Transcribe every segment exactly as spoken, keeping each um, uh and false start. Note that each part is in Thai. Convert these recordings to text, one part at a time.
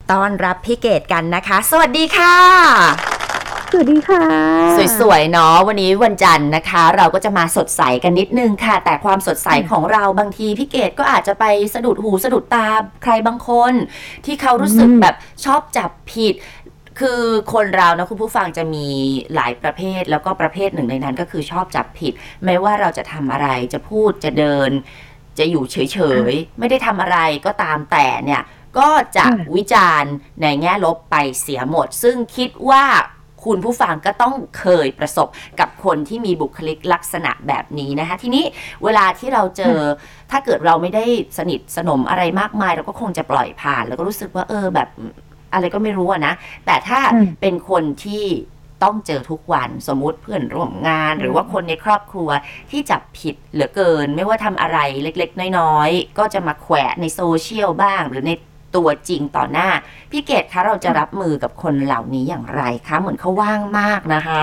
ต้อนรับพี่เกดกันนะคะสวัสดีค่ะสวัสดีค่ะสวยๆเนาะวันนี้วันจันทร์นะคะเราก็จะมาสดใสกันนิดนึงค่ะแต่ความสดใสของเราบางทีพี่เกดก็อาจจะไปสะดุดหูสะดุดตาใครบางคนที่เขารู้สึกแบบชอบจับผิดคือคนเรานะคุณผู้ฟังจะมีหลายประเภทแล้วก็ประเภทหนึ่งในนั้นก็คือชอบจับผิดไม่ว่าเราจะทำอะไรจะพูดจะเดินจะอยู่เฉยๆไม่ได้ทำอะไรก็ตามแต่เนี่ยก็จะวิจารณ์ในแง่ลบไปเสียหมดซึ่งคิดว่าคุณผู้ฟังก็ต้องเคยประสบกับคนที่มีบุคลิกลักษณะแบบนี้นะคะทีนี้เวลาที่เราเจอถ้าเกิดเราไม่ได้สนิทสนมอะไรมากมายเราก็คงจะปล่อยผ่านแล้วก็รู้สึกว่าเออแบบอะไรก็ไม่รู้อะนะแต่ถ้าเป็นคนที่ต้องเจอทุกวันสมมุติเพื่อนร่วมงานหรือว่าคนในครอบครัวที่จับผิดเหลือเกินไม่ว่าทำอะไรเล็กๆน้อยๆก็จะมาแขวะในโซเชียลบ้างหรือในตัวจริงต่อหน้าพี่เกดคะเราจะรับมือกับคนเหล่านี้อย่างไรคะเหมือนเขาว่างมากนะคะ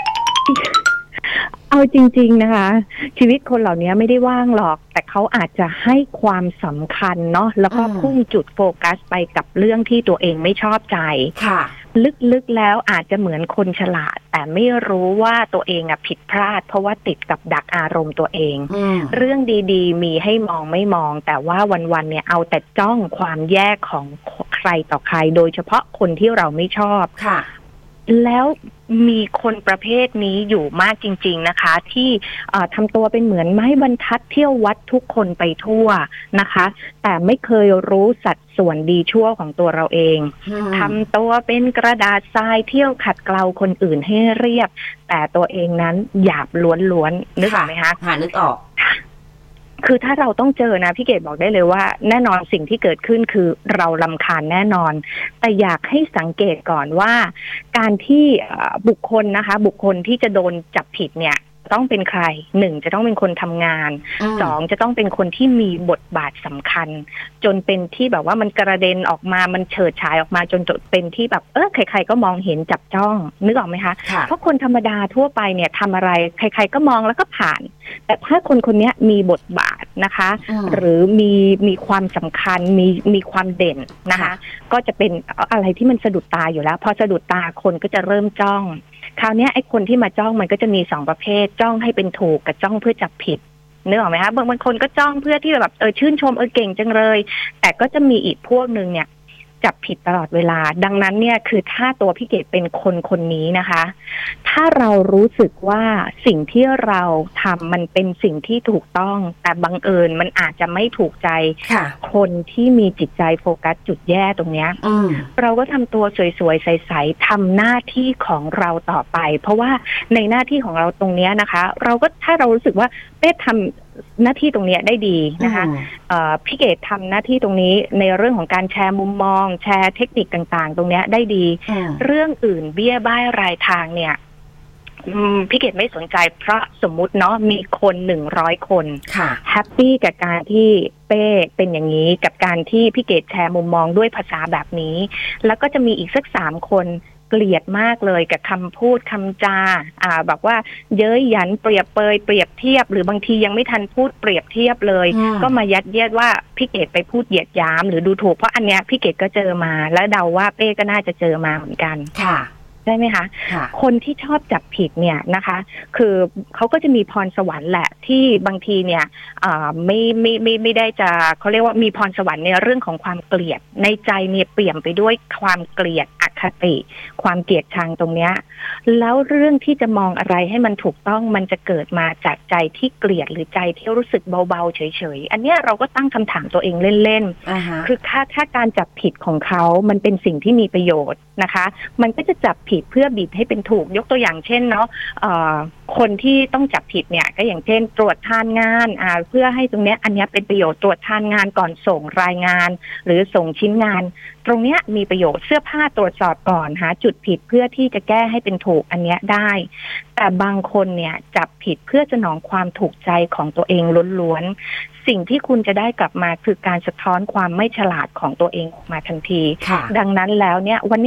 เอาจริงๆนะคะชีวิตคนเหล่านี้ไม่ได้ว่างหรอกแต่เขาอาจจะให้ความสำคัญเนาะแล้วก็พุ่งจุดโฟกัสไปกับเรื่องที่ตัวเองไม่ชอบใจค่ะลึกๆแล้วอาจจะเหมือนคนฉลาดแต่ไม่รู้ว่าตัวเองอะผิดพลาดเพราะว่าติดกับดักอารมณ์ตัวเองเรื่องดีๆมีให้มองไม่มองแต่ว่าวันๆเนี่ยเอาแต่จ้องความแย่ของใครต่อใครโดยเฉพาะคนที่เราไม่ชอบค่ะแล้วมีคนประเภทนี้อยู่มากจริงๆนะคะที่ทำตัวเป็นเหมือนไม้บรรทัดเที่ยววัดทุกคนไปทั่วนะคะแต่ไม่เคยรู้สัดส่วนดีชั่วของตัวเราเองทำตัวเป็นกระดาษทรายเที่ยวขัดเกลาคนอื่นให้เรียบแต่ตัวเองนั้นหยาบล้วนๆนึกออกไหมคะหานึกออกคือถ้าเราต้องเจอนะพี่เกดบอกได้เลยว่าแน่นอนสิ่งที่เกิดขึ้นคือเรารำคาญแน่นอนแต่อยากให้สังเกตก่อนว่าการที่บุคคลนะคะบุคคลที่จะโดนจับผิดเนี่ยต้องเป็นใครหนึ่งจะต้องเป็นคนทำงานสองจะต้องเป็นคนที่มีบทบาทสำคัญจนเป็นที่แบบว่ามันกระเด็นออกมามันเฉิดฉายออกมาจนเป็นที่แบบเออใครๆก็มองเห็นจับจ้องนึกออกไหมคะเพราะคนธรรมดาทั่วไปเนี่ยทำอะไรใครๆก็มองแล้วก็ผ่านแต่ถ้าคนคนนี้มีบทบาทนะคะหรือมีมีความสำคัญมีมีความเด่นนะคะก็จะเป็นอะไรที่มันสะดุดตาอยู่แล้วพอสะดุดตาคนก็จะเริ่มจ้องคราวนี้ไอ้คนที่มาจ้องมันก็จะมีสองประเภทจ้องให้เป็นถูกกับจ้องเพื่อจับผิดนึกออกไหมคะบางบางคนก็จ้องเพื่อที่แบบเออชื่นชมเออเก่งจังเลยแต่ก็จะมีอีกพวกนึงเนี่ยจับผิดตลอดเวลาดังนั้นเนี่ยคือถ้าตัวพี่เกดเป็นคนคนนี้นะคะถ้าเรารู้สึกว่าสิ่งที่เราทำมันเป็นสิ่งที่ถูกต้องแต่บังเอิญมันอาจจะไม่ถูกใจคนที่มีจิตใจโฟกัสจุดแย่ตรงเนี้ยเราก็ทำตัวสวยๆใสๆทำหน้าที่ของเราต่อไปเพราะว่าในหน้าที่ของเราตรงนี้นะคะเราก็ถ้าเรารู้สึกว่าเป้ทำหน้าที่ตรงนี้ได้ดีนะคะพี่เกดทำหน้าที่ตรงนี้ในเรื่องของการแชร์มุมมองแชร์เทคนิคต่างๆตรงนี้ได้ดีเรื่องอื่นเบี้ยบ้ายรายทางเนี่ยพี่เกดไม่สนใจเพราะสมมุติเนาะมีคนหนึ่งร้อยคนแฮปปี้กับการที่เป้เป็นอย่างนี้กับการที่พี่เกดแชร์มุมมองด้วยภาษาแบบนี้แล้วก็จะมีอีกสักสามคนเกลียดมากเลยกับคำพูดคำจาอ่าแบบว่าเย้ยหยันเปรียบเปยเปรียบเทียบหรือบางทียังไม่ทันพูดเปรียบเทียบเลยก็มายัดเยียดว่าพี่เกดไปพูดเหยียดหยามหรือดูถูกเพราะอันเนี้ยพี่เกดก็เจอมาแล้วเดาว่าเป้ก็น่าจะเจอมาเหมือนกันค่ะใช่ไหมคะคนที่ชอบจับผิดเนี่ยนะคะคือเขาก็จะมีพรสวรรค์แหละที่บางทีเนี่ยไม่ไม่ไม่ไม่ได้จะเขาเรียกว่ามีพรสวรรค์ในเรื่องของความเกลียดในใจเนี่ยเปี่ยมไปด้วยความเกลียดอคติความเกลียดชังตรงเนี้ยแล้วเรื่องที่จะมองอะไรให้มันถูกต้องมันจะเกิดมาจากใจที่เกลียดหรือใจที่รู้สึกเบาๆเฉยๆอันเนี้ยเราก็ตั้งคำถามตัวเองเล่นๆคือถ้าถ้าการจับผิดของเขามันเป็นสิ่งที่มีประโยชน์นะคะมันก็จะจับผิดเพื่อบีบให้เป็นถูกยกตัวอย่างเช่นเนาะคนที่ต้องจับผิดเนี่ยก็อย่างเช่นตรวจทานงานเพื่อให้ตรงนี้อันนี้เป็นประโยชน์ตรวจทานงานก่อนส่งรายงานหรือส่งชิ้นงานตรงนี้มีประโยชน์เสื้อผ้าตรวจสอบก่อนหาจุดผิดเพื่อที่จะแก้ให้เป็นถูกอันนี้ได้แต่บางคนเนี่ยจับผิดเพื่อสนองความถูกใจของตัวเองล้วนๆสิ่งที่คุณจะได้กลับมาคือการสะท้อนความไม่ฉลาดของตัวเองออกมาทันทีดังนั้นแล้วเนี่ยวันเนี้ย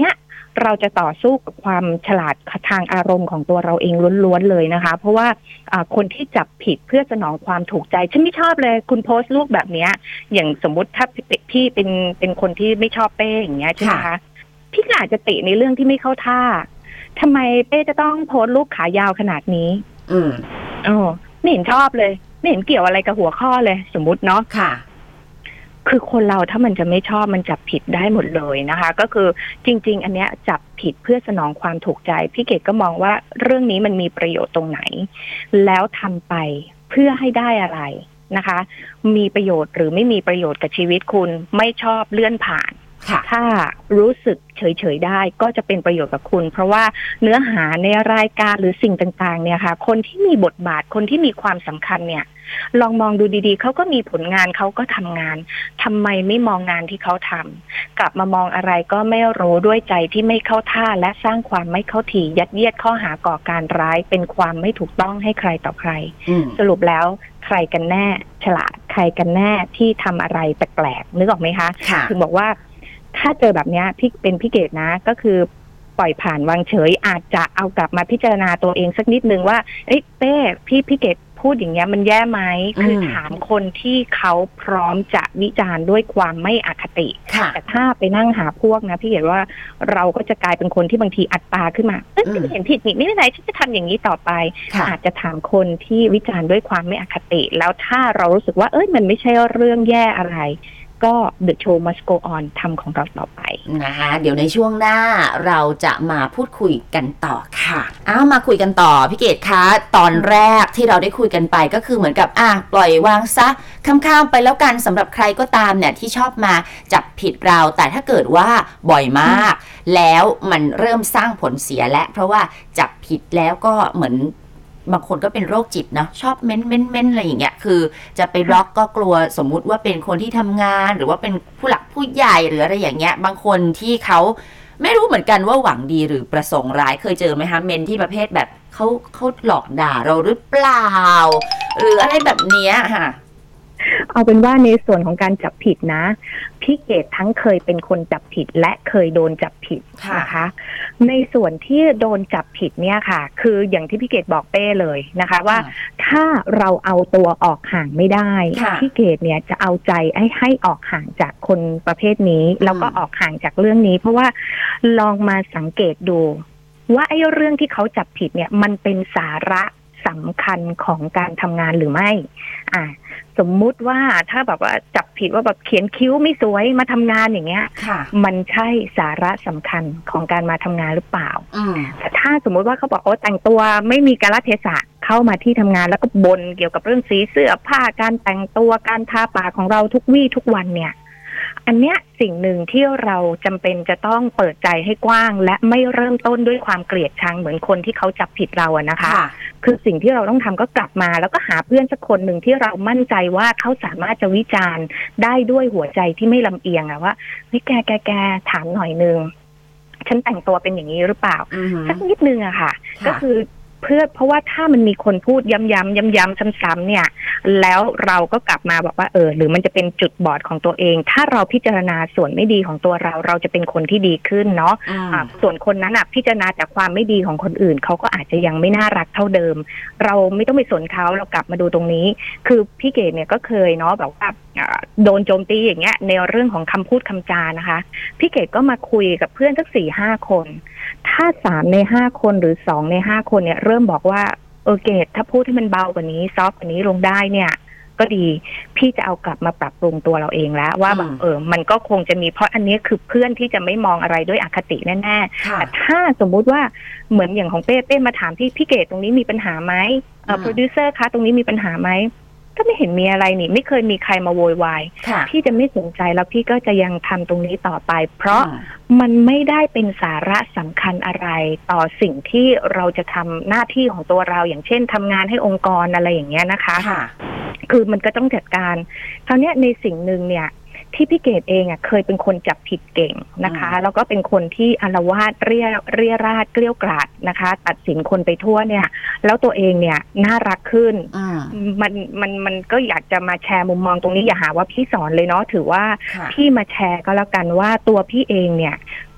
เราจะต่อสู้กับความฉลาดทางอารมณ์ของตัวเราเองล้วนๆเลยนะคะเพราะว่าคนที่จับผิดเพื่อสนองความถูกใจฉันไม่ชอบเลยคุณโพสต์รูปแบบนี้อย่างสมมุติถ้าพี่เป็นเป็นคนที่ไม่ชอบเป้อย่างเงี้ยใช่ไหมคะพี่ก็อาจจะติในเรื่องที่ไม่เข้าท่าทำไมเป้จะต้องโพสต์รูปขายาวขนาดนี้อืมอ๋อไม่เห็นชอบเลยไม่เห็นเกี่ยวอะไรกับหัวข้อเลยสมมุติเนาะค่ะคือคนเราถ้ามันจะไม่ชอบมันจับผิดได้หมดเลยนะคะก็คือจริงๆอันเนี้ยจับผิดเพื่อสนองความถูกใจพี่เกดก็มองว่าเรื่องนี้มันมีประโยชน์ตรงไหนแล้วทำไปเพื่อให้ได้อะไรนะคะมีประโยชน์หรือไม่มีประโยชน์กับชีวิตคุณไม่ชอบเลื่อนผ่านถ้ารู้สึกเฉยๆได้ก็จะเป็นประโยชน์กับคุณเพราะว่าเนื้อหาในรายการหรือสิ่งต่างๆเนี่ยค่ะคนที่มีบทบาทคนที่มีความสำคัญเนี่ยลองมองดูดีๆเขาก็มีผลงานเขาก็ทำงานทำไมไม่มองงานที่เขาทำกลับมามองอะไรก็ไม่รู้ด้วยใจที่ไม่เข้าท่าและสร้างความไม่เข้าถี่ยัดเยียดข้อหาก่อการร้ายเป็นความไม่ถูกต้องให้ใครต่อใครสรุปแล้วใครกันแน่ฉลาดใครกันแน่ที่ทำอะไรแปลกๆนึกออกไหมคะถึงบอกว่าถ้าเจอแบบนี้พี่เป็นพี่เกดนะก็คือปล่อยผ่านวางเฉยอาจจะเอากลับมาพิจารณาตัวเองสักนิดนึงว่าเอ้ยเป้พี่พี่เกดพูดอย่างเงี้ยมันแย่ไหมคือถามคนที่เขาพร้อมจะวิจารณ์ด้วยความไม่อคติแต่ถ้าไปนั่งหาพวกนะพี่เห็นว่าเราก็จะกลายเป็นคนที่บางทีอัดปาขึ้นมาเอ้ยไม่เห็นผิดนี่ไม่เป็นไรฉันจะทำอย่างนี้ต่อไปอาจจะถามคนที่วิจารณ์ด้วยความไม่อคติแล้วถ้าเรารู้สึกว่าเอ้ยมันไม่ใช่เรื่องแย่อะไรก็ The Show Must Go On ทำของเราต่อไปนะคะเดี๋ยวในช่วงหน้าเราจะมาพูดคุยกันต่อค่ะอ้าวมาคุยกันต่อพี่เกดคะตอนแรกที่เราได้คุยกันไปก็คือเหมือนกับอ่ะปล่อยวางซะข้ามๆไปแล้วกันสำหรับใครก็ตามเนี่ยที่ชอบมาจับผิดเราแต่ถ้าเกิดว่าบ่อยมากแล้วมันเริ่มสร้างผลเสียและเพราะว่าจับผิดแล้วก็เหมือนบางคนก็เป็นโรคจิตเนาะชอบเม้นเม้นเม้นอะไรอย่างเงี้ยคือจะไปบล็อกก็กลัวสมมุติว่าเป็นคนที่ทำงานหรือว่าเป็นผู้หลักผู้ใหญ่หรืออะไรอย่างเงี้ยบางคนที่เขาไม่รู้เหมือนกันว่าหวังดีหรือประสงค์ร้ายเคยเจอไหมคะเมนที่ประเภทแบบเขาเขาหลอกด่าเราหรือเปล่าหรืออะไรแบบเนี้ยค่ะเอาเป็นว่าในส่วนของการจับผิดนะพี่เกดทั้งเคยเป็นคนจับผิดและเคยโดนจับผิดนะคะในส่วนที่โดนจับผิดเนี่ยค่ะคืออย่างที่พี่เกดบอกเป้เลยนะคะว่าถ้าเราเอาตัวออกห่างไม่ได้พี่เกดเนี่ยจะเอาใจให้ให้ออกห่างจากคนประเภทนี้แล้วก็ออกห่างจากเรื่องนี้เพราะว่าลองมาสังเกตดูว่าไอ้เรื่องที่เขาจับผิดเนี่ยมันเป็นสาระสำคัญของการทำงานหรือไม่อ่าสมมุติว่าถ้าแบบว่าจับผิดว่าแบบเขียนคิ้วไม่สวยมาทำงานอย่างเงี้ยมันใช่สาระสำคัญของการมาทำงานหรือเปล่าแต่ถ้าสมมุติว่าเขาบอกโอ้แต่งตัวไม่มีกาลเทศะเข้ามาที่ทำงานแล้วก็บ่นเกี่ยวกับเรื่องสีเสื้อผ้าการแต่งตัวการทาปากของเราทุกวี่ทุกวันเนี่ยอันเนี้ยสิ่งหนึ่งที่เราจำเป็นจะต้องเปิดใจให้กว้างและไม่เริ่มต้นด้วยความเกลียดชังเหมือนคนที่เขาจับผิดเราอะนะคะคือสิ่งที่เราต้องทำก็กลับมาแล้วก็หาเพื่อนสักคนหนึ่งที่เรามั่นใจว่าเขาสามารถจะวิจารณ์ได้ด้วยหัวใจที่ไม่ลำเอียงอะว่าเฮ้ยแกแกแกถามหน่อยนึงฉันแต่งตัวเป็นอย่างนี้หรือเปล่าสักนิดนึงอะค่ะก็คือเพื่อเพราะว่าถ้ามันมีคนพูดย้ำๆย้ำๆซ้ำๆเนี่ยแล้วเราก็กลับมาบอกว่าเออหรือมันจะเป็นจุดบอดของตัวเองถ้าเราพิจารณาส่วนไม่ดีของตัวเราเราจะเป็นคนที่ดีขึ้นเนาะะส่วนคนนั้นอ่ะพิจารณาแต่ความไม่ดีของคนอื่นเขาก็อาจจะยังไม่น่ารักเท่าเดิมเราไม่ต้องไปสนเขาเรากลับมาดูตรงนี้คือพี่เกดเนี่ยก็เคยเนาะแบบว่าโดนโจมตีอย่างเงี้ยในเรื่องของคำพูดคำจานะคะพี่เกดก็มาคุยกับเพื่อนสักสี่ห้าคนถ้าสามในห้าคนหรือสองในห้าคนเนี่ยเริ่มบอกว่าเออเกดถ้าพูดให้มันเบากว่านี้ซอฟต์กว่านี้ลงได้เนี่ยก็ดีพี่จะเอากลับมาปรับปรุงตัวเราเองแล้วว่าแบบเออมันก็คงจะมีเพราะอันนี้คือเพื่อนที่จะไม่มองอะไรด้วยอคติแน่ๆแต่ถ้าสมมุติว่าเหมือนอย่างของเป้เป้มาถามพี่พี่เกดตรงนี้มีปัญหาไหมเอ่อโปรดิวเซอร์คะตรงนี้มีปัญหาไหมก็ไม่เห็นมีอะไรนี่ไม่เคยมีใครมาโวยวายพี่จะไม่สนใจแล้วพี่ก็จะยังทำตรงนี้ต่อไปเพราะมันไม่ได้เป็นสาระสำคัญอะไรต่อสิ่งที่เราจะทำหน้าที่ของตัวเราอย่างเช่นทำงานให้องค์กรอะไรอย่างเงี้ยนะคะคือมันก็ต้องจัดการคราวนี้ในสิ่งหนึ่งเนี่ยที่พี่เกดเองอ่ะเคยเป็นคนจับผิดเก่งนะคะแล้วก็เป็นคนที่อาละวาดเรี่ยเรี่ยราดเกลี้ยวกราดนะคะตัดสินคนไปทั่วเนี่ยแล้วตัวเองเนี่ยน่ารักขึ้นมันมันมันก็อยากจะมาแชร์มุมมองตรงนี้อย่าหาว่าพี่สอนเลยเนาะถือว่าพี่มาแชร์ก็แล้วกันว่าตัวพี่เองเนี่ย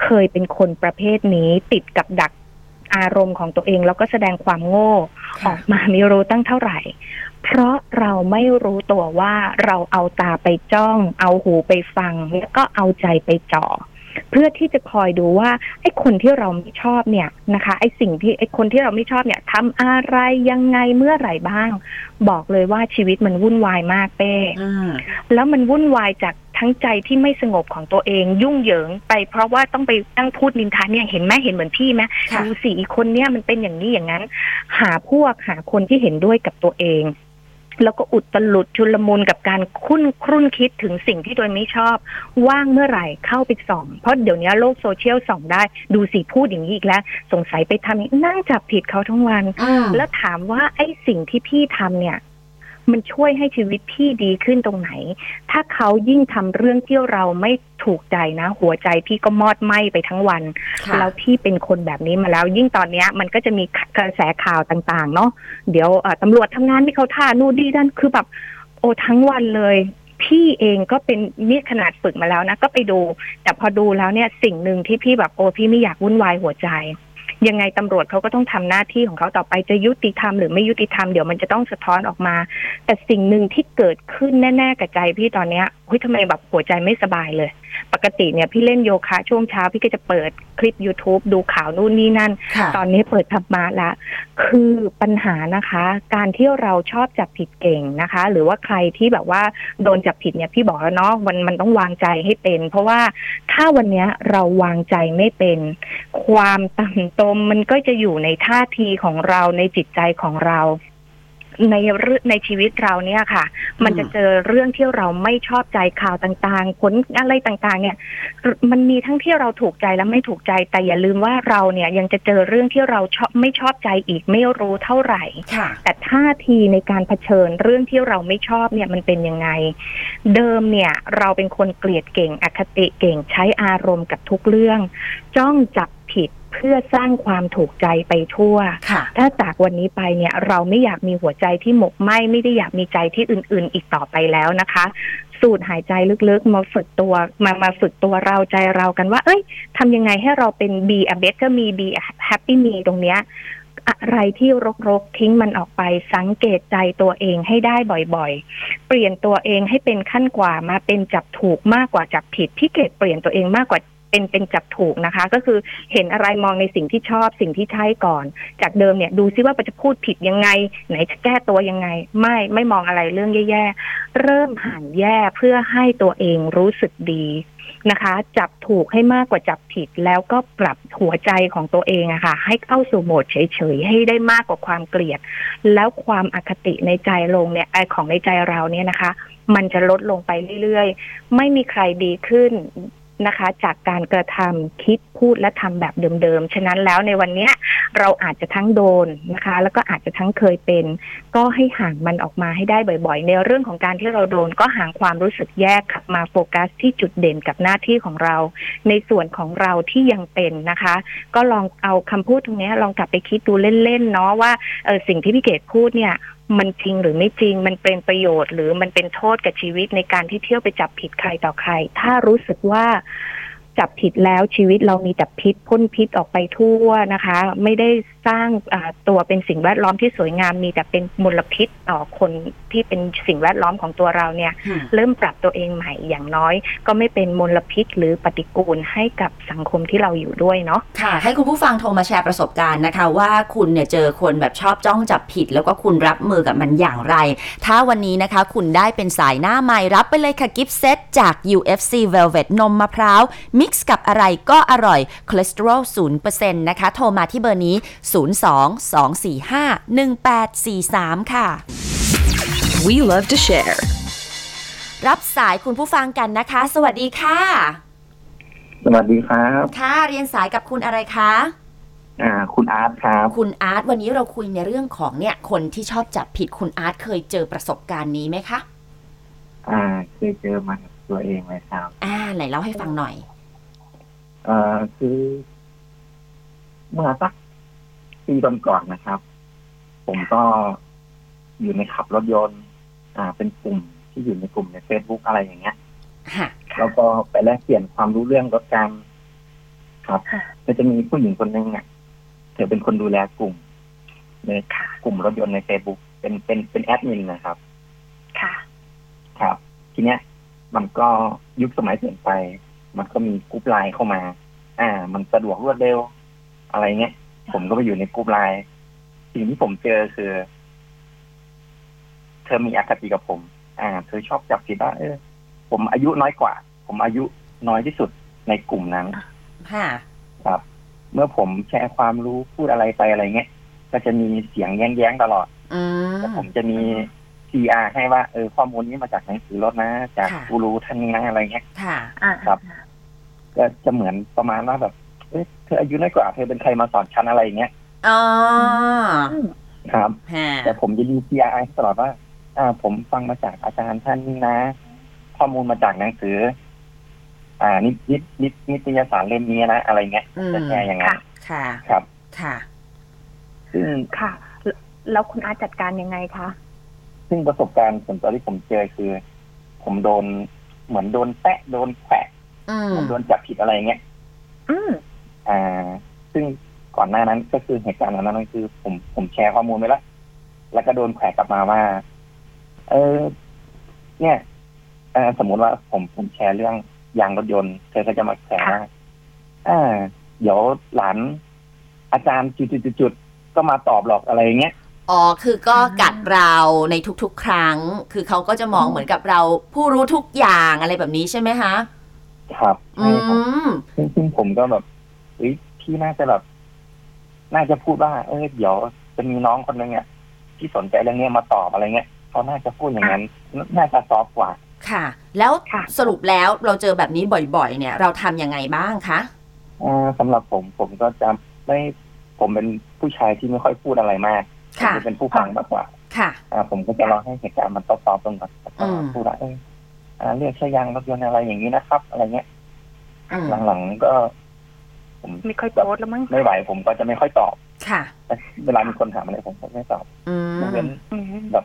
เคยเป็นคนประเภทนี้ติดกับดักอารมณ์ของตัวเองแล้วก็แสดงความโง่ออกมาไม่รู้ตั้งเท่าไหร่เพราะเราไม่รู้ตัวว่าเราเอาตาไปจ้องเอาหูไปฟังแล้วก็เอาใจไปจ่อเพื่อที่จะคอยดูว่าไอ้คนที่เราไม่ชอบเนี่ยนะคะไอ้สิ่งที่ไอ้คนที่เราไม่ชอบเนี่ยทำอะไรยังไงเมื่อไหร่บ้างบอกเลยว่าชีวิตมันวุ่นวายมากเป้แล้วมันวุ่นวายจากทั้งใจที่ไม่สงบของตัวเองยุ่งเหยิงไปเพราะว่าต้องไปตั้งพูดนินทาเนี่ยเห็นไหมเห็นเหมือนพี่ไหมดูสิอีกคนเนี่ยมันเป็นอย่างนี้อย่างนั้นหาพวกหาคนที่เห็นด้วยกับตัวเองแล้วก็อุดตลุดชุลมุนกับการคุ้นครุ่นคิดถึงสิ่งที่ตัวไม่ชอบว่างเมื่อไหร่เข้าไปส่องเพราะเดี๋ยวนี้โลกโซเชียลส่องได้ดูสิพูดอย่างนี้อีกแล้วสงสัยไปทำนั่งจับผิดเขาทั้งวันแล้วถามว่าไอ้สิ่งที่พี่ทำเนี่ยมันช่วยให้ชีวิตพี่ดีขึ้นตรงไหนถ้าเขายิ่งทำเรื่องที่เราไม่ถูกใจนะหัวใจพี่ก็มอดไหม้ไปทั้งวันแล้วพี่เป็นคนแบบนี้มาแล้วยิ่งตอนนี้มันก็จะมีกระแสข่าวต่างๆเนาะเดี๋ยวตำรวจทำงานไม่เข้าท่านู่นนี่นั่นคือแบบโอ้ทั้งวันเลยพี่เองก็เป็นนี่ขนาดฝึกมาแล้วนะก็ไปดูแต่พอดูแล้วเนี่ยสิ่งหนึ่งที่พี่แบบโอ้พี่ไม่อยากวุ่นวายหัวใจยังไงตำรวจเขาก็ต้องทำหน้าที่ของเขาต่อไปจะยุติธรรมหรือไม่ยุติธรรมเดี๋ยวมันจะต้องสะท้อนออกมาแต่สิ่งหนึ่งที่เกิดขึ้นแน่ๆกับใจพี่ตอนเนี้ยเฮ้ยทำไมแบบหัวใจไม่สบายเลยปกติเนี่ยพี่เล่นโยคะช่วงเช้าพี่ก็จะเปิดคลิป YouTube ดูข่าวนู่นนี่นั่นตอนนี้เปิดธรรมะละคือปัญหานะคะการที่เราชอบจับผิดเก่งนะคะหรือว่าใครที่แบบว่าโดนจับผิดเนี่ยพี่บอกแล้วเนาะมันมันต้องวางใจให้เป็นเพราะว่าถ้าวันนี้เราวางใจไม่เป็นความต่ำตมมันก็จะอยู่ในท่าทีของเราในจิตใจของเราในในชีวิตเราเนี่ยค่ะมันจะเจอเรื่องที่เราไม่ชอบใจข่าวต่างๆผลอะไรต่างๆเนี่ยมันมีทั้งที่เราถูกใจและไม่ถูกใจแต่อย่าลืมว่าเราเนี่ยยังจะเจอเรื่องที่เราชอบไม่ชอบใจอีกไม่รู้เท่าไหร่แต่ท่าทีในการเผชิญเรื่องที่เราไม่ชอบเนี่ยมันเป็นยังไงเดิมเนี่ยเราเป็นคนเกลียดเก่งอคติเก่งใช้อารมณ์กับทุกเรื่องจ้องจับผิดเพื่อสร้างความถูกใจไปทั่วถ้าจากวันนี้ไปเนี่ยเราไม่อยากมีหัวใจที่หมกไหม้ไม่ได้อยากมีใจที่อื่นๆอีกต่อไปแล้วนะคะสูดหายใจลึกๆมาฝึกตัวมามาฝึกตัวเราใจเรากันว่าเอ้ยทำยังไงให้เราเป็น be a better me be a happy me ตรงเนี้ยอะไรที่รกๆทิ้งมันออกไปสังเกตใจตัวเองให้ได้บ่อยๆเปลี่ยนตัวเองให้เป็นขั้นกว่ามาเป็นจับถูกมากกว่าจับผิดพี่เกดเปลี่ยนตัวเองมากกว่าเป็นเป็นจับถูกนะคะก็คือเห็นอะไรมองในสิ่งที่ชอบสิ่งที่ใช่ก่อนจากเดิมเนี่ยดูซิว่าจะพูดผิดยังไงไหนจะแก้ตัวยังไงไม่ไม่มองอะไรเรื่องแย่ๆเริ่มห่างแย่เพื่อให้ตัวเองรู้สึกดีนะคะจับถูกให้มากกว่าจับผิดแล้วก็ปรับหัวใจของตัวเองอะค่ะให้เข้าสู่โหมดเฉยๆให้ได้มากกว่าความเกลียดแล้วความอคติในใจลงเนี่ยไอของในใจเราเนี่ยนะคะมันจะลดลงไปเรื่อยๆไม่มีใครดีขึ้นนะคะจากการกระทำคิดพูดและทำแบบเดิมๆฉะนั้นแล้วในวันนี้เราอาจจะทั้งโดนนะคะแล้วก็อาจจะทั้งเคยเป็นก็ให้ห่างมันออกมาให้ได้บ่อยๆในเรื่องของการที่เราโดนก็ห่างความรู้สึกแยกกลับมาโฟกัสที่จุดเด่นกับหน้าที่ของเราในส่วนของเราที่ยังเป็นนะคะก็ลองเอาคำพูดตรงนี้ลองกลับไปคิดดูเล่นๆเนาะว่าเออสิ่งที่พี่เกดพูดเนี่ยมันจริงหรือไม่จริงมันเป็นประโยชน์หรือมันเป็นโทษกับชีวิตในการที่เที่ยวไปจับผิดใครต่อใครถ้ารู้สึกว่าจับผิดแล้วชีวิตเรามีแต่พิษพ่นพิษออกไปทั่วนะคะไม่ได้สร้างตัวเป็นสิ่งแวดล้อมที่สวยงามมีแต่เป็นมลพิษต่อคนที่เป็นสิ่งแวดล้อมของตัวเราเนี่ยเริ่มปรับตัวเองใหม่อย่างน้อยก็ไม่เป็นมลพิษหรือปฏิกูลให้กับสังคมที่เราอยู่ด้วยเนาะค่ะให้คุณผู้ฟังโทรมาแชร์ประสบการณ์นะคะว่าคุณเนี่ยเจอคนแบบชอบจ้องจับผิดแล้วก็คุณรับมือกับมันอย่างไรถ้าวันนี้นะคะคุณได้เป็นสายหน้าใหม่รับไปเลยค่ะกิฟต์เซตจาก ยู เอฟ ซี Velvet นมมะพร้าวมิกซ์กับอะไรก็อร่อยคอเลสเตอรอล ศูนย์เปอร์เซ็นต์ นะคะโทรมาที่เบอร์นี้ศูนย์ สอง สอง สี่ ห้า หนึ่ง แปด สี่ สามค่ะ We love to share รับสายคุณผู้ฟังกันนะคะสวัสดีค่ะสวัสดีครับค่ะเรียนสายกับคุณอะไรคะอ่าคุณอาร์ตครับคุณอาร์ตวันนี้เราคุยในเรื่องของเนี่ยคนที่ชอบจับผิดคุณอาร์ตเคยเจอประสบการณ์นี้ไหมคะอ่าเคยเจอมาตัวเองเลยครับอ่าไหนเล่าให้ฟังหน่อยเอ่อคือเมื่อสักปีก่อนๆนะครับผมก็อยู่ในขับรถยนต์อ่าเป็นกลุ่มที่อยู่ในกลุ่มใน Facebook อะไรอย่างเงี้ยแล้วก็ไปแลกเปลี่ยนความรู้เรื่องรถกันครับก็จะมีผู้หญิงคนหนึ่งอ่ะเธอเป็นคนดูแลกลุ่มในกลุ่มรถยนต์ใน Facebook เป็นเป็นเป็นแอดมินนะครับค่ะครับทีเนี้ยมันก็ยุคสมัยเปลี่ยนไปมันก็มีกลุ่มไลน์เข้ามาอ่ามันสะดวกรวดเร็วอะไรเงี้ยผมก็ไปอยู่ในกลุ่มไลน์สิ่งที่ผมเจอคือเธอมีอคติกับผม อ่า เธอชอบจับผิดว่าเออผมอายุน้อยกว่าผมอายุน้อยที่สุดในกลุ่มนั้นค่ะครับเมื่อผมแชร์ความรู้พูดอะไรไปอะไรเงี้ยก็จะมีเสียงแย้งๆตลอดแต่ผมจะมี ซี อาร์ ให้ว่าเออข้อมูลนี้มาจากหนังสือรถนะจากกูรูท่านนี้นะอะไรเงี้ยค่ะครับก็จะเหมือนประมาณว่าแบบเออเธออายุน้อยกว่าเธอเป็นใครมาสอนฉันอะไรเงี้ยอ๋อครับแต่ผมจะมี ซี อาร์ ให้ตลอดว่าอ่าผมฟังมาจากอาจารย์ท่านนี้นะข้อมูลมาจากหนังสืออ่านินินินิตยสารเล่มนี้นะอะไรเงี้ยจะแชร์อย่างนั้นค่ะครับค่ะซึ่งค่ะแล้วคุณอาจัดการยังไงคะซึ่งประสบการณ์ส่วนตัวที่ผมเจอคือผมโดนเหมือนโดนแตะโดนแขวะเหมือนโดนจับผิดอะไรเงี้ยอืมอ่าซึ่งก่อนหน้านั้นก็คือเหตุการณ์นั้นก็คือผมผมแชร์ข้อมูลไปแล้วแล้วก็โดนแขวะกลับมาว่าเออเนี่ยเออสมมุติว่าผมผมแชร์เรื่องยางรถยนต์เธอก็จะมาแขวะว่าอ่าเดี๋ยวหลานอาจารย์จุดๆๆก็มาตอบหรอกอะไรเงี้ยอ๋อคือก็กัดเราในทุกๆครั้งคือเขาก็จะมองเหมือนกับเราผู้รู้ทุกอย่างอะไรแบบนี้ใช่ไหมคะครับใช่ครับซึ่งผมก็แบบเฮ้ยพี่น่าจะแบบน่าจะพูดว่าเออเดี๋ยวจะมีน้องคนนึงอ่ะที่สนใจเรื่องนี้มาตอบอะไรเงี้ยเขาน่าจะพูดอย่างนั้นน่าจะซอฟต์กว่าค่ะแล้วสรุปแล้วเราเจอแบบนี้บ่อยๆเนี่ยเราทำยังไงบ้างคะอ่าสำหรับผมผมก็จะไม่ผมเป็นผู้ชายที่ไม่ค่อยพูดอะไรมากผมจะเป็นผู้ฟังมากกว่าค่ะอ่าผมก็จะรอให้เหตุการณ์มันตอบๆตรงก่อนแล้วก็พูดว่าเอออ่าเรียกใช้ยางรถยนต์อะไรอย่างนี้นะครับอะไรเงี้ยหลังๆก็ผมไม่ค่อยโพสแล้วมั้งไม่ไหวผมก็จะไม่ค่อยตอบค่ะเวลามีคนถามอะไรผมก็ไม่ตอบเว้นแบบ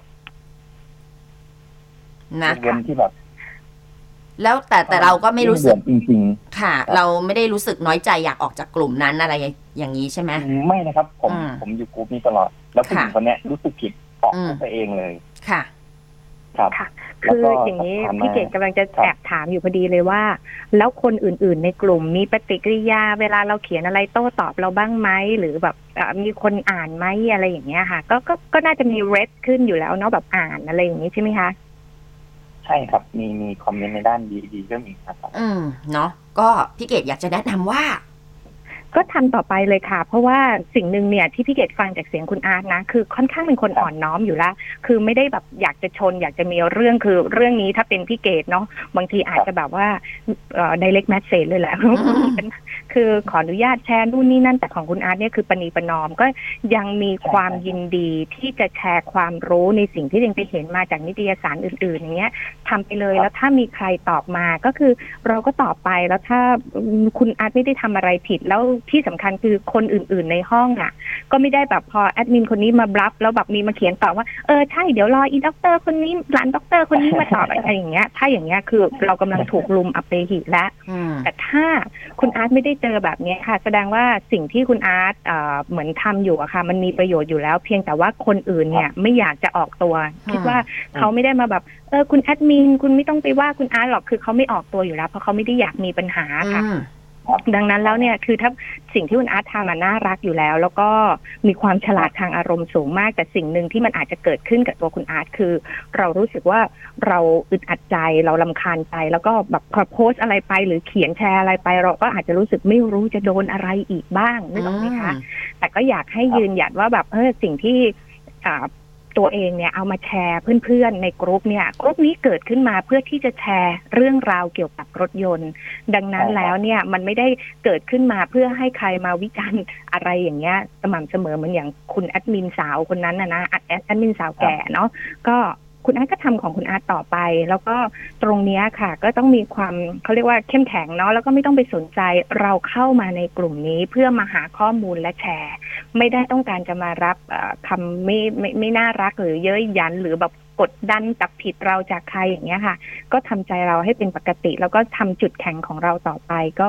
นะเว้นที่แบบแล้วแต่แต่เราก็ไม่รู้สึกจริงๆค่ะเราไม่ได้รู้สึกน้อยใจอยากออกจากกลุ่มนั้นอะไรอย่างนี้ใช่ไหมไม่นะครับผมผมอยู่กลุ่มนี้ตลอดแล้วผู้หญิงคนนี้รู้สึกผิดออกไปเองเลยค่ะครับค่ะคืออย่างนี้พี่เกศกำลังจะแอบถามอยู่พอดีเลยว่าแล้วคนอื่นๆในกลุ่มมีปฏิกิริยาเวลาเราเขียนอะไรโต้ตอบเราบ้างไหมหรือแบบมีคนอ่านไหมอะไรอย่างเงี้ยค่ะก็ก็ก็น่าจะมีเรทขึ้นอยู่แล้วเนาะแบบอ่านอะไรอย่างนี้ใช่ไหมคะใช่ครับมีมีคอมเมนต์ในด้านดีๆก็มีครับอืมเนาะก็พี่เกศอยากจะแนะนำว่าก็ทำต่อไปเลยค่ะเพราะว่าสิ่งหนึ่งเนี่ยที่พี่เกดฟังจากเสียงคุณอาร์ตนะคือค่อนข้างเป็นคนอ่อนน้อมอยู่แล้วคือไม่ได้แบบอยากจะชนอยากจะมีเรื่องคือเรื่องนี้ถ้าเป็นพี่เกดเนาะบางทีอาจจะแบบว่าเอ่อ direct message เลยแหละคือขออนุญาตแชร์นู่นนี่นั่นแต่ของคุณอาร์ตเนี่ยคือปณีประนอมก็ยังมีความยินดีที่จะแชร์ความรู้ในสิ่งที่ยังไปเห็นมาจากนิตยสารอื่นๆอย่างเงี้ยทำไปเลยแล้วถ้ามีใครตอบมาก็คือเราก็ตอบไปแล้วถ้าคุณอาร์ตไม่ได้ทำอะไรผิดแล้วที่สำคัญคือคนอื่นๆในห้องอ่ะก็ไม่ได้แบบพอแอดมินคนนี้มาบลัฟแล้วแบบมีมาเขียนตอบว่าเออใช่เดี๋ยวรออีด็อกเตอร์คนนี้หลานด็อกเตอร์คนนี้มาตอบอะไรอย่างเงี้ยถ้าอย่างเงี้ยคือเรากำลังถูกลุมอัปเปหิแล้วแต่ถ้าคุณอาร์ตไม่ได้เจอแบบนี้ค่ะแสดงว่าสิ่งที่คุณอาร์ตเอ่อเหมือนทำอยู่อะค่ะมันมีประโยชน์อยู่แล้วเพียงแต่ว่าคนอื่นเนี่ยไม่อยากจะออกตัวคิดว่าเขาไม่ได้มาแบบเออคุณแอดมินคุณไม่ต้องไปว่าคุณอาร์ตหรอกคือเขาไม่ออกตัวอยู่แล้วเพราะเขาไม่ได้อยากมีปัญหาค่ะดังนั้นแล้วเนี่ยคือถ้าสิ่งที่คุณอาร์ตทำมันน่ารักอยู่แล้วแล้วก็มีความฉลาดทางอารมณ์สูงมากแต่สิ่งหนึ่งที่มันอาจจะเกิดขึ้นกับตัวคุณอาร์ตคือเรารู้สึกว่าเราอึดอัดใจเรารำคาญใจแล้วก็แบบพอโพสอะไรไปหรือเขียนแชร์อะไรไปเราก็อาจจะรู้สึกไม่รู้จะโดนอะไรอีกบ้างนึกออกไหมคะแต่ก็อยากให้ยืนหยัดว่าแบบเออสิ่งที่อ่าตัวเองเนี่ยเอามาแชร์เพื่อนๆในกลุ่มเนี่ยกลุ่มนี้เกิดขึ้นมาเพื่อที่จะแชร์เรื่องราวเกี่ยวกับรถยนต์ดังนั้นแล้วเนี่ยมันไม่ได้เกิดขึ้นมาเพื่อให้ใครมาวิจารณ์อะไรอย่างเงี้ยสม่ำเสมอเหมือนอย่างคุณแอดมินสาวคนนั้นนะนะแอดมินสาวแก่เนาะก็คุณอาร์ตก็ทำของคุณอาร์ตต่อไปแล้วก็ตรงนี้ค่ะก็ต้องมีความเขาเรียกว่าเข้มแข็งเนาะแล้วก็ไม่ต้องไปสนใจเราเข้ามาในกลุ่มนี้เพื่อมาหาข้อมูลและแชร์ไม่ได้ต้องการจะมารับคำไม่ไม่ไม่น่ารักหรือเย้ยหยันหรือแบบกดดันจับผิดเราจากใครอย่างเงี้ยค่ะก็ทำใจเราให้เป็นปกติแล้วก็ทำจุดแข็งของเราต่อไปก็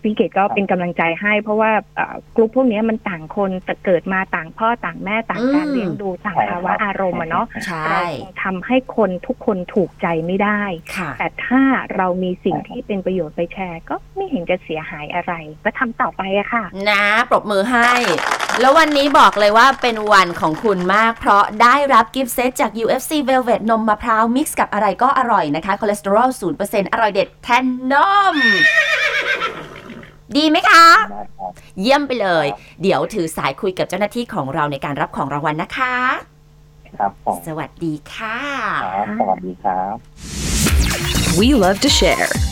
พี่เกดก็เป็นกำลังใจให้เพราะว่ากลุ่มพวกนี้มันต่างคนแต่เกิดมาต่างพ่อต่างแม่ต่างการเลี้ยงดูต่างภาวะอารมณ์อะเนาะเราทำให้คนทุกคนถูกใจไม่ได้แต่ถ้าเรามีสิ่งที่เป็นประโยชน์ไปแชร์ก็ไม่เห็นจะเสียหายอะไรก็ทำต่อไปอะค่ะนะปรบมือให้แล้ววันนี้บอกเลยว่าเป็นวันของคุณมากเพราะได้รับกิฟต์เซตจาก ยู เอฟ ซี Velvet นมมะพร้าวมิกซ์กับอะไรก็อร่อยนะคะคอเลสเตอรอล ศูนย์เปอร์เซ็นต์ อร่อยเด็ดแทนนมดีไหมคะเยี่ยมไปเลยเดี๋ยวถือสายคุยกับเจ้าหน้าที่ของเราในการรับของรางวัลนะคะครับสวัสดีค่ะสวัสดีครับ We love to share